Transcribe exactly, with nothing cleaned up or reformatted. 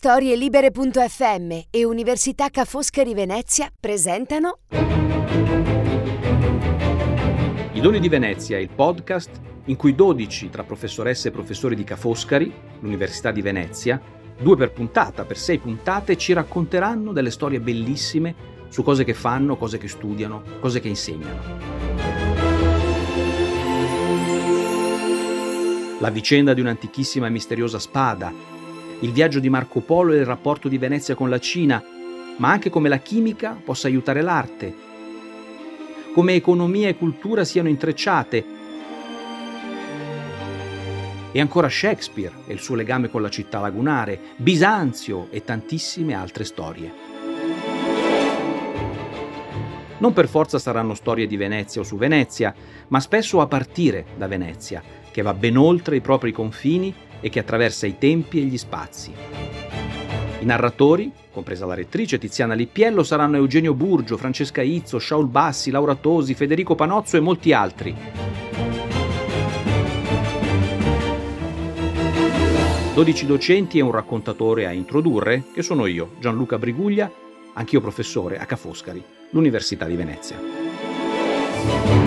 Storielibere punto effe emme e Università Ca' Foscari Venezia presentano I Doni di Venezia, il podcast in cui dodici tra professoresse e professori di Ca' Foscari, l'Università di Venezia, due per puntata, per sei puntate, ci racconteranno delle storie bellissime su cose che fanno, cose che studiano, cose che insegnano. La vicenda di un'antichissima e misteriosa spada, il viaggio di Marco Polo e il rapporto di Venezia con la Cina, ma anche come la chimica possa aiutare l'arte, come economia e cultura siano intrecciate, e ancora Shakespeare e il suo legame con la città lagunare, Bisanzio e tantissime altre storie. Non per forza saranno storie di Venezia o su Venezia, ma spesso a partire da Venezia, che va ben oltre i propri confini e che attraversa i tempi e gli spazi. I narratori, compresa la rettrice Tiziana Lippiello, saranno Eugenio Burgio, Francesca Izzo, Shaul Bassi, Laura Tosi, Federico Panozzo e molti altri. dodici docenti e un raccontatore a introdurre, che sono io, Gianluca Briguglia, anch'io professore a Ca' Foscari, l'Università di Venezia.